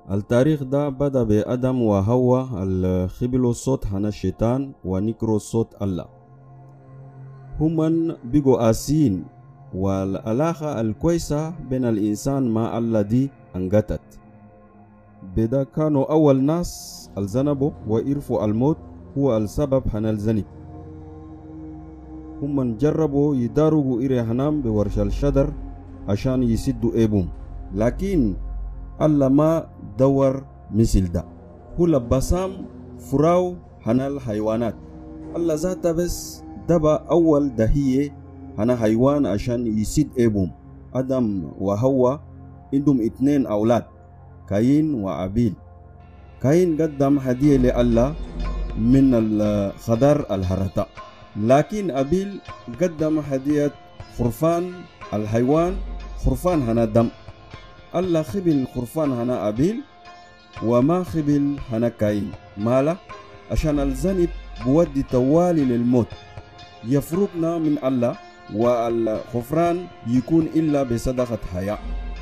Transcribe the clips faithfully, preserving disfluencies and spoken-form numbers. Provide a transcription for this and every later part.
التاريخ ده بدأ بآدم وحواء الخبلوا صوت هنا الشيطان ونكروا صوت الله. هم بقوا آسين، والعلاقة الكويسة بين الإنسان مع الله دي انقطعت. بدا كانوا أول ناس الذنبوا وإرفوا الموت هو السبب هنا الذنب. هم جربوا يداروا إيري هنام بورش الشجر عشان يسدوا إيبهم، لكن الله ما دور مثل ده. هو لبسام فراو هنا الحيوانات. الله ذاته بس دبا أول دهية هنا حيوان عشان يسد إيبهم. آدم وحواء عندهم اتنين أولاد، كاين وأبيل. كاين قدم هدية لله من الخضر الهرطة، لكن أبيل قدم هدية خرفان الحيوان، خرفان هنا دم. الله خبل خرفان هنا أبيل وما خبل هنا كاين. مالا؟ عشان الذنب بودي توالي للموت، يفرقنا من الله، والغفران يكون إلا بصدقة حياة.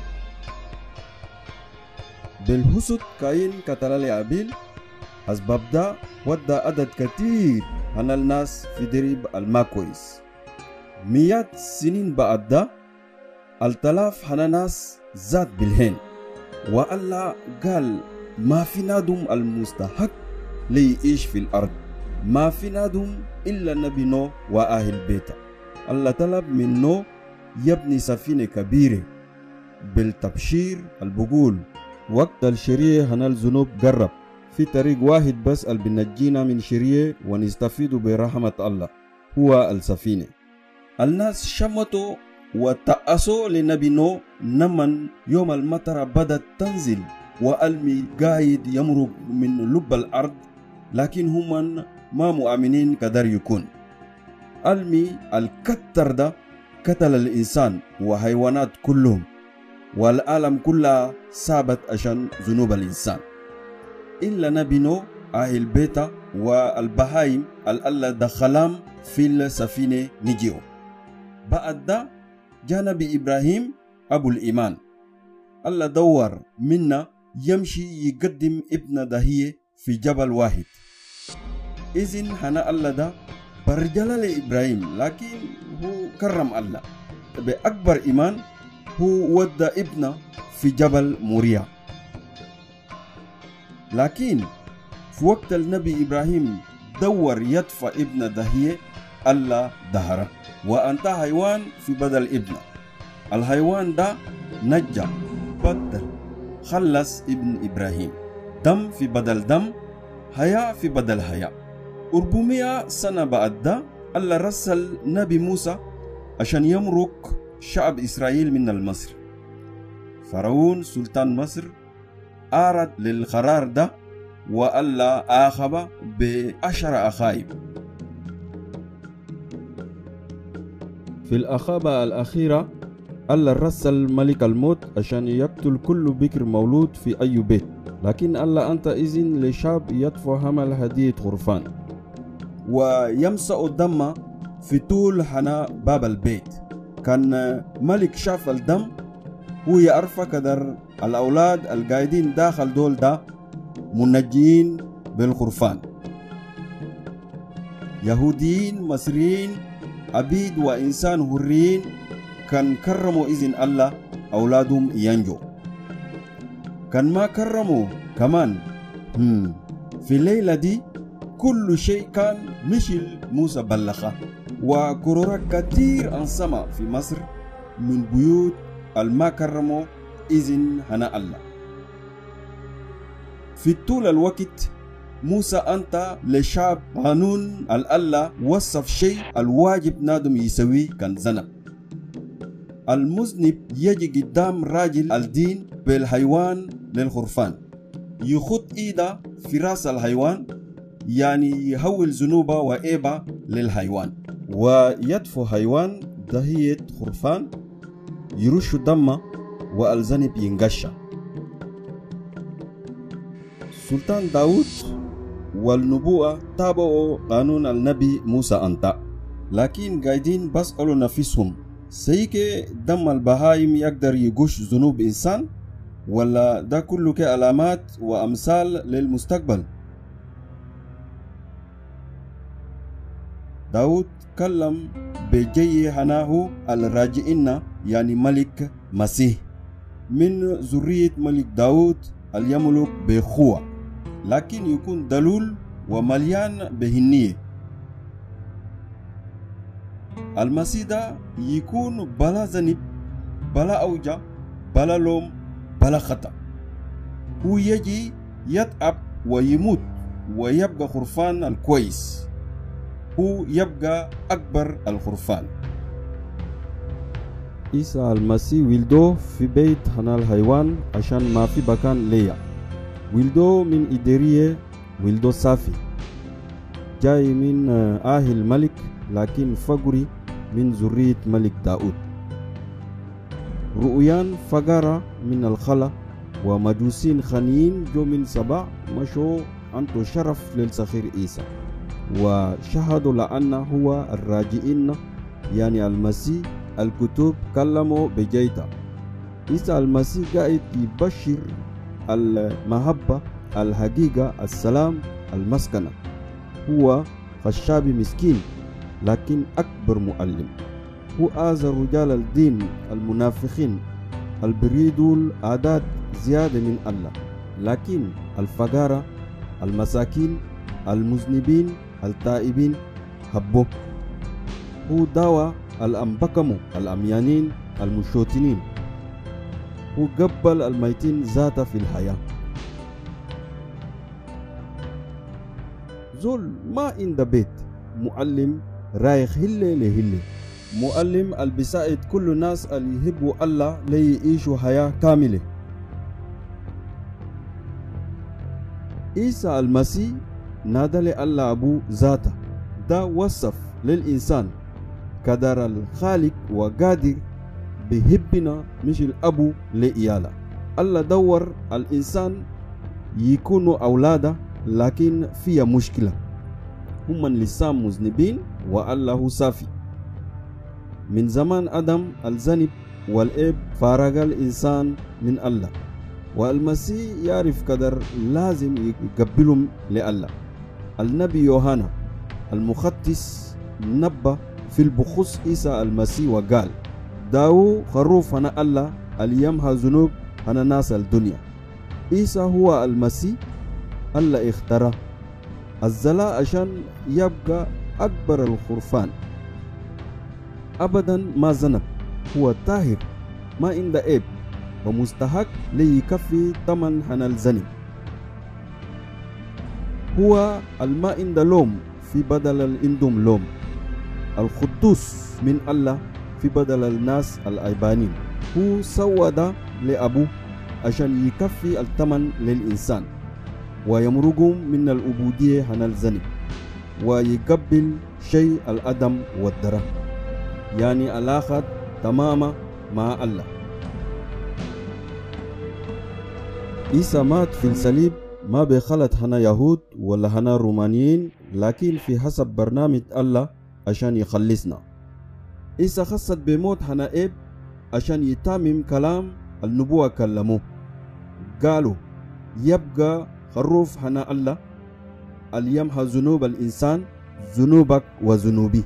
بالحسد كاين قتل لأبيل. أسباب ده ودى عدد كتير هنا الناس في درب الماكويس. مئات سنين بعد ده التلاف هنا ناس زاد بالهين، والله قال ما في نادم المستحق ليعيش في الأرض، ما في نادم إلا نبي نوح وأهل بيته. الله طلب من نوح يبني سفينة كبيرة بالتبشير البقول وقت الشريعة هنا الذنوب قرب. في طريق واحد بس اللي بنجينا من شريعة ونستفيد برحمة الله، هو السفينة. الناس شمتوا وتأسوا لنبي نوح نمن يوم المطر بدأت تنزل والمي قايد يمرق من لب الأرض، لكن هم ما مؤمنين قدر يكون. المي الكتر ده قتل الإنسان وحيوانات كلهم، والعالم كلها سابت عشان ذنوب الإنسان، إلا نبي نوح أهل بيته والبهايم الله دخلهم في السفينة نجيو. بعد ده جاء نبي إبراهيم أبو الإيمان. الله دور منا يمشي يقدم ابن دهية في جبل واحد. إذن هنا الله ده برجل لإبراهيم، لكن هو كرم الله بأكبر إيمان. هو ودى ابنه في جبل موريا، لكن في وقت النبي إبراهيم دور يدفع ابن دهية، الله دهره وأنت حيوان في بدل ابنه. الحيوان ده نجا بدل خلص ابن إبراهيم، دم في بدل دم، حياة في بدل حياة. أربعمائة سنة بعد ده الله رسل نبي موسى عشان يمرق شعب إسرائيل من المصر. فرعون سلطان مصر أراد للقرار ده، والله آخب بعشر أخايب. في الأخابة الأخيرة الله رسل ملك الموت عشان يقتل كل بكر مولود في أي بيت، لكن الله أنت إذن لشعب يدفع همل هدية غرفان ويمسأ الدم في طول حنا باب البيت. كان ملك شاف الدم هو يعرف قدر الأولاد القاعدين داخل دول ده منجين بالغرفان، يهوديين مصريين عبيد وإنسان هرين، كان كرموا إذن الله أولادهم ينجو. كان ما كرموا كمان. هم. في الليلة دي كل شيء كان مشل موسى بلخة، وقرورة كتير انسمى في مصر من بيوت الما كرموا إذن هنا الله. في طول الوقت موسى أنت لشعب قانون الله وصف شيء الواجب نادم يسوي كان ذنب. المذنب يجي قدام راجل الدين بالحيوان للخرفان، يخط إيده في راس الحيوان، يعني يهول ذنوبه وإيبه للحيوان، ويدفع حيوان دهية خرفان يرش دمه والذنب ينقشى. سلطان داود والنبوة تابعوا قانون النبي موسى أنت، لكن قاعدين بسألوا نفسهم سيك دم البهايم يقدر يقش ذنوب إنسان؟ ولا ده كله كعلامات وأمثال للمستقبل؟ داود كلم بجي هناه الراجئين يعني ملك مسيح من ذرية ملك داود اليملك بقوة، لكن يكون دلول ومليان بهنية. المسيح ده يكون بلا ذنب بلا أوجع بلا لوم بلا خطأ. هو يجي يتعب ويموت ويبقى خرفان الكويس، هو يبقى أكبر الخرفان. عيسى المسيح ولده في بيت هنا الحيوان عشان ما في مكان ليا. ولده من إدرية، ولده صافي جاي من أهل الملك لكن فقري من ذرية ملك داود. رؤيان فقارة من الخلا ومجوسين خنيين جو من سبع مشوا عنده شرف للصغير عيسى وشهدوا لأنه هو الراجئين يعني المسيح. الكتب كلموا بجيتا. عيسى المسيح قاعد يبشر المحبة، الحقيقة، السلام، المسكنة. هو خشاب مسكين لكن أكبر معلم. هو آذى رجال الدين المنافقين البريدوا الأعداد زيادة من الله، لكن الفقراء المساكين المذنبين التائبين حبوه. هو داوى الأنبكمو الأميانين المشوتين. هو قبل الميتين ذات في الحياة. زول ما عند بيت معلم رايح هلة لهلة، معلم البسائد كل الناس اللي يحبوا الله ليعيشوا حياة كاملة. عيسى المسيح نادى لله أبو ذاته، ده وصف للإنسان قدر الخالق وقادر بحبنا مش الأبو لإياله. الله دور الإنسان يكونوا أولاده لكن فيها مشكلة، هم لسان مذنبين والله صافي. من زمان آدم الذنب والإب فارق الإنسان من الله، والمسيح يعرف قدر لازم يقبلهم لله. النبي يوحنا المختص نبأ في البخص عيسى المسيح وقال: داو خروف هنا الله اليمها ذنوب هنا ناس الدنيا. عيسى هو المسيح الله اختاره الزلا عشان يبقى أكبر الخرفان. أبدا ما ذنب، هو طاهر ما عند عيب ومستحق ليكفي ثمن هنا الذنب. هو الماء عند لوم في بدل الإندوم لوم، القدوس من الله في بدل الناس العيبانين. هو سوى ده لأبوه عشان يكفي الثمن للإنسان ويمرقهم من العبودية عن الذنب ويقبل شيء الأدم والدرة، يعني علاقة تماما مع الله. عيسى مات في الصليب ما بخلط هنا يهود ولا هنا رومانيين، لكن في حسب برنامج الله عشان يخلصنا. عيسى خصت بموت هنا إب عشان يتمم كلام النبوة كلموه، قالوا يبقى خروف هنا الله اليمحى ذنوب الإنسان، ذنوبك وذنوبي.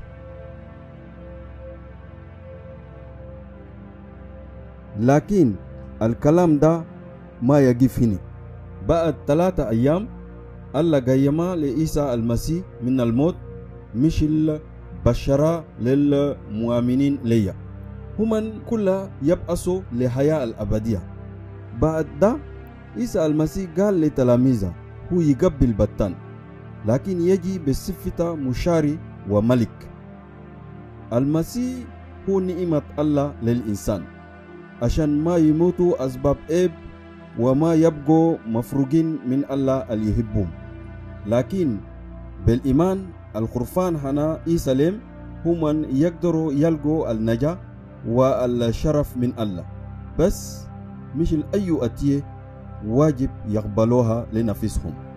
لكن الكلام ده ما يقف هنا. بعد ثلاثة أيام الله قيمة لعيسى المسيح من الموت، مش البشرة للمؤمنين ليا، هم كلها يبأسوا لحياة الأبدية. بعد ده عيسى المسيح قال لتلاميذه هو يقبل بطان، لكن يجي بصفة مشاري وملك. المسيح هو نعمة الله للإنسان عشان ما يموتوا أسباب عيب وما يبقوا مفروقين من الله اللي يحبهم. لكن بالإيمان الخرفان هنا عيسى لهم هم يقدروا يلقوا النجاة والشرف من الله، بس مش الأي أتيه واجب يقبلوها لنفسهم.